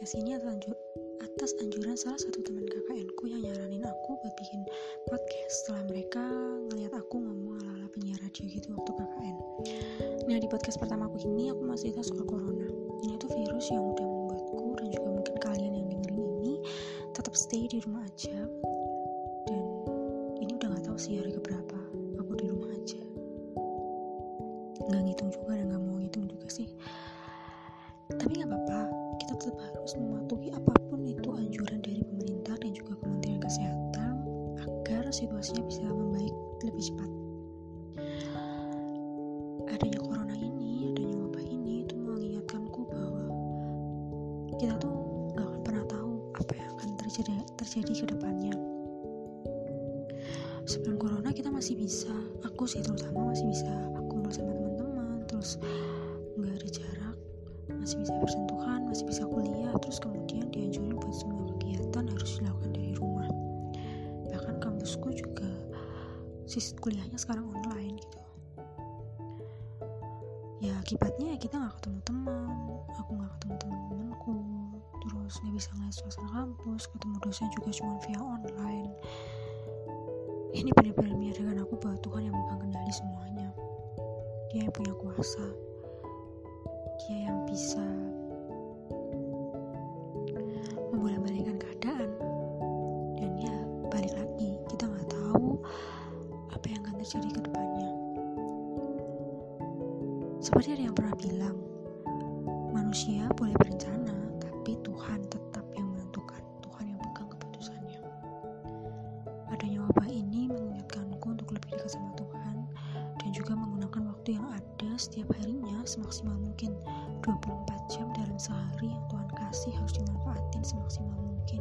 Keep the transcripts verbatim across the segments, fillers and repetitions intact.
kesini atas, anju- atas anjuran salah satu teman K K N ku yang nyaranin aku buat bikin podcast setelah mereka ngeliat aku ngomong ala-ala penyiar radio gitu waktu K K N. Nah, di podcast pertama aku ini aku masih cerita soal corona. Ini tuh virus yang udah membuatku dan juga mungkin kalian yang dengerin ini tetap stay di rumah aja. Dan ini udah gak tahu sih hari keberapa aku di rumah aja. Gak ngitung juga dan gak mau ngitung juga sih. Tapi gak apa-apa, kita tetap harus mematuhi apapun itu anjuran dari pemerintah dan juga Kementerian Kesehatan agar situasinya bisa membaik lebih cepat. Adanya corona ini, adanya wabah ini itu mengingatkanku bahwa kita tuh gak akan pernah tahu apa yang akan terjadi, terjadi ke depannya. Sebelum corona kita masih bisa, aku sih terutama masih bisa kumpul sama teman-teman, terus gak ada jarak, masih bisa bersentuhan, masih bisa kuliah, terus kemudian dianjurin buat semua kegiatan harus dilakukan dari rumah. Bahkan kampusku juga sistem kuliahnya sekarang online gitu. Ya akibatnya ya kita gak ketemu teman, aku gak ketemu teman-temanku, terus gak bisa ngeliat suasana kampus, ketemu dosen juga cuma via online. Ini benar-benar menyadarkan aku bahwa Tuhan yang memegang kendali semuanya. Dia yang punya kuasa, Dia yang bisa membolak-balikkan keadaan. Dan ya balik lagi, kita gak tahu apa yang akan terjadi ke depannya. Seperti ada yang pernah bilang, manusia boleh berencana, tapi Tuhan tetap yang menentukan, Tuhan yang pegang keputusannya. Adanya wabah ini mengingatkanku untuk lebih dekat sama Tuhan dan juga menggunakan waktu yang ada setiap harinya semaksimal mungkin. Dua puluh empat jam dalam sehari yang Tuhan kasih harus dimanfaatin semaksimal mungkin.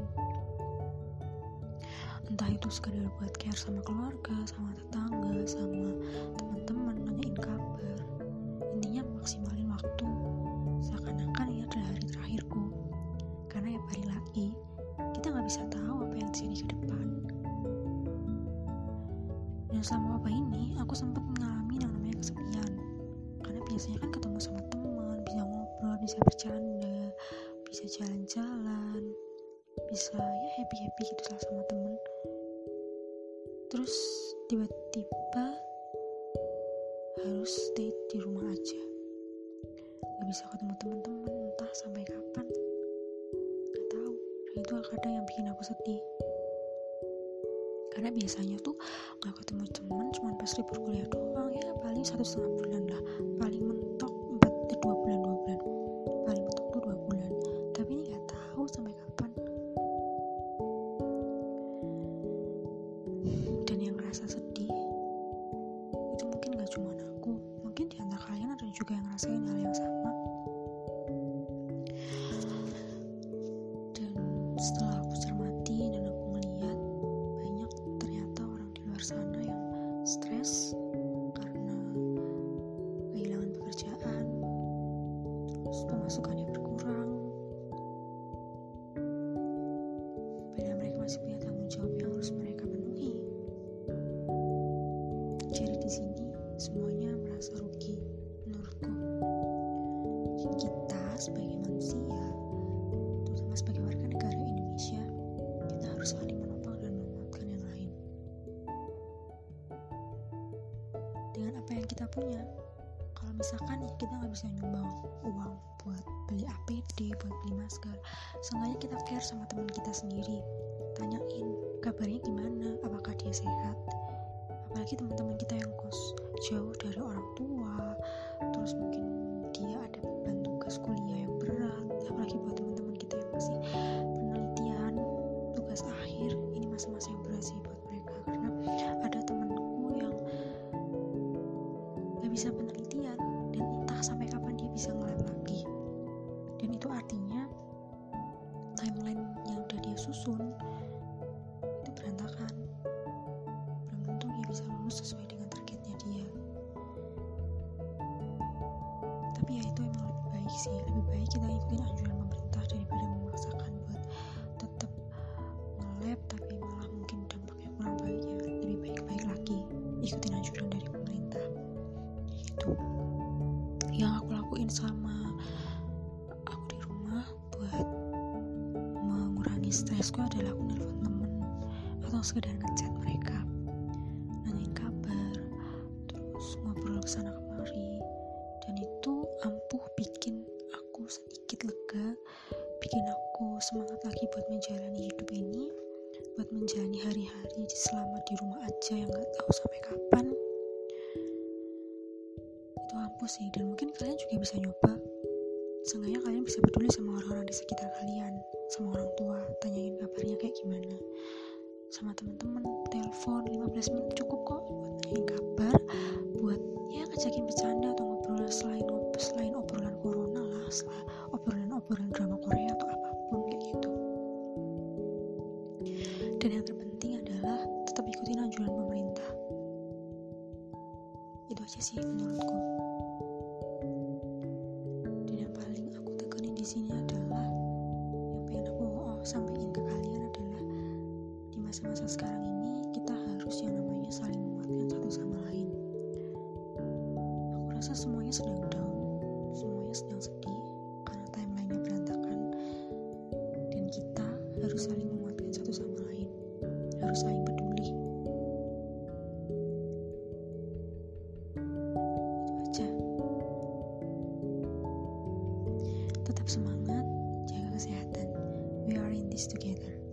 Entah itu sekadar buat care sama keluarga, sama tetangga, sama teman-teman, nanyain kabar. Intinya maksimalin waktu seakan-akan ini adalah hari terakhirku. Karena ya balik lagi, kita gak bisa tahu apa yang terjadi ke depan. Dan selama wabah ini, aku sempat mengalami yang namanya kesepian. Karena biasanya kan ketemu sama teman, bisa ngobrol, bisa bercanda, bisa jalan-jalan, bisa ya happy-happy gitu lah sama temen. Terus tiba-tiba harus stay di rumah aja, gak bisa ketemu teman-teman entah sampai kapan, gak tahu. Dan itu kadang yang bikin aku sedih. Karena biasanya tuh gak ketemu teman cuma pas libur kuliah doang, ya paling satu setengah bulan lah, paling mentok empat eh, dua bulan dua bulan paling mentok tuh dua bulan. Tapi ini gak tahu sampai kapan. Dan yang ngerasa sedih itu mungkin gak cuma aku, mungkin di antara kalian ada juga yang ngerasain hal yang sama. Dan setelah aku cermati dan aku melihat banyak ternyata orang di luar sana yang stres karena kehilangan pekerjaan, terus pemasukannya berkurang, padahal mereka masih punya tanggung jawab yang harus mereka penuhi. Jadi di sini semuanya merasa rugi menurutku. Dan kita sebagai manusia, terutama sebagai warga negara Indonesia, kita harus saling menopang dan menguatkan yang lain dengan apa yang kita punya. Kalau misalkan nih kita nggak bisa nyumbang uang buat beli A P D, buat beli masker, seenggaknya kita care sama teman kita sendiri, tanyain kabarnya gimana, apakah dia sehat. Apalagi teman-teman kita yang kos jauh dari orang tua, terus mungkin dia ada beban tugas kuliah yang berat. Apalagi buat teman-teman kita yang masih penelitian, tugas akhir, ini masa-masa yang berat sih buat mereka. Karena ada temanku yang gak bisa penelitian dan entah sampai kapan dia bisa ngelab lagi. Dan itu artinya timeline yang udah dia susun itu berantakan. Belum tentu dia bisa lulus sesuai dengan targetnya dia. Tapi ya itu emang lebih baik sih, lebih baik kita ikutin anjuran pemerintah daripada memaksakan buat tetap nge-lab tapi malah mungkin dampaknya kurang baik. Ya lebih baik-baik lagi ikutin anjuran dari pemerintah. Itu yang aku lakuin sama aku di rumah buat itu adalah aku nelfon temen atau sekedar ngechat mereka, nanyain kabar, terus ngobrol kesana kemari, dan itu ampuh bikin aku sedikit lega, bikin aku semangat lagi buat menjalani hidup ini, buat menjalani hari-hari selama di rumah aja yang gak tahu sampai kapan. Itu ampuh sih, dan mungkin kalian juga bisa nyoba. Seenggaknya kalian bisa peduli sama orang-orang di sekitar kalian, sama orang tua, tanyain kabarnya kayak gimana. Sama teman-teman, telepon lima belas menit cukup kok buat nanyain kabar, buat ya ngajakin bercanda atau ngobrol selain selain obrolan corona lah, selain obrolan-obrolan drama Korea atau apapun kayak gitu. Dan yang terpenting adalah tetap ikutin anjuran pemerintah. Itu aja sih menurutku. Dan yang paling aku tekenin di sini adalah yang pengen aku oh, sampaikan ke kalian adalah di masa-masa sekarang ini kita harus yang namanya saling menguatkan satu sama lain. Aku rasa semuanya sedang down, semuanya sedang sedih karena timeline-nya berantakan, dan kita harus saling menguatkan satu sama lain, harus saling peduli. Itu aja. Tetap semangat, jaga kesehatan. We are in this together.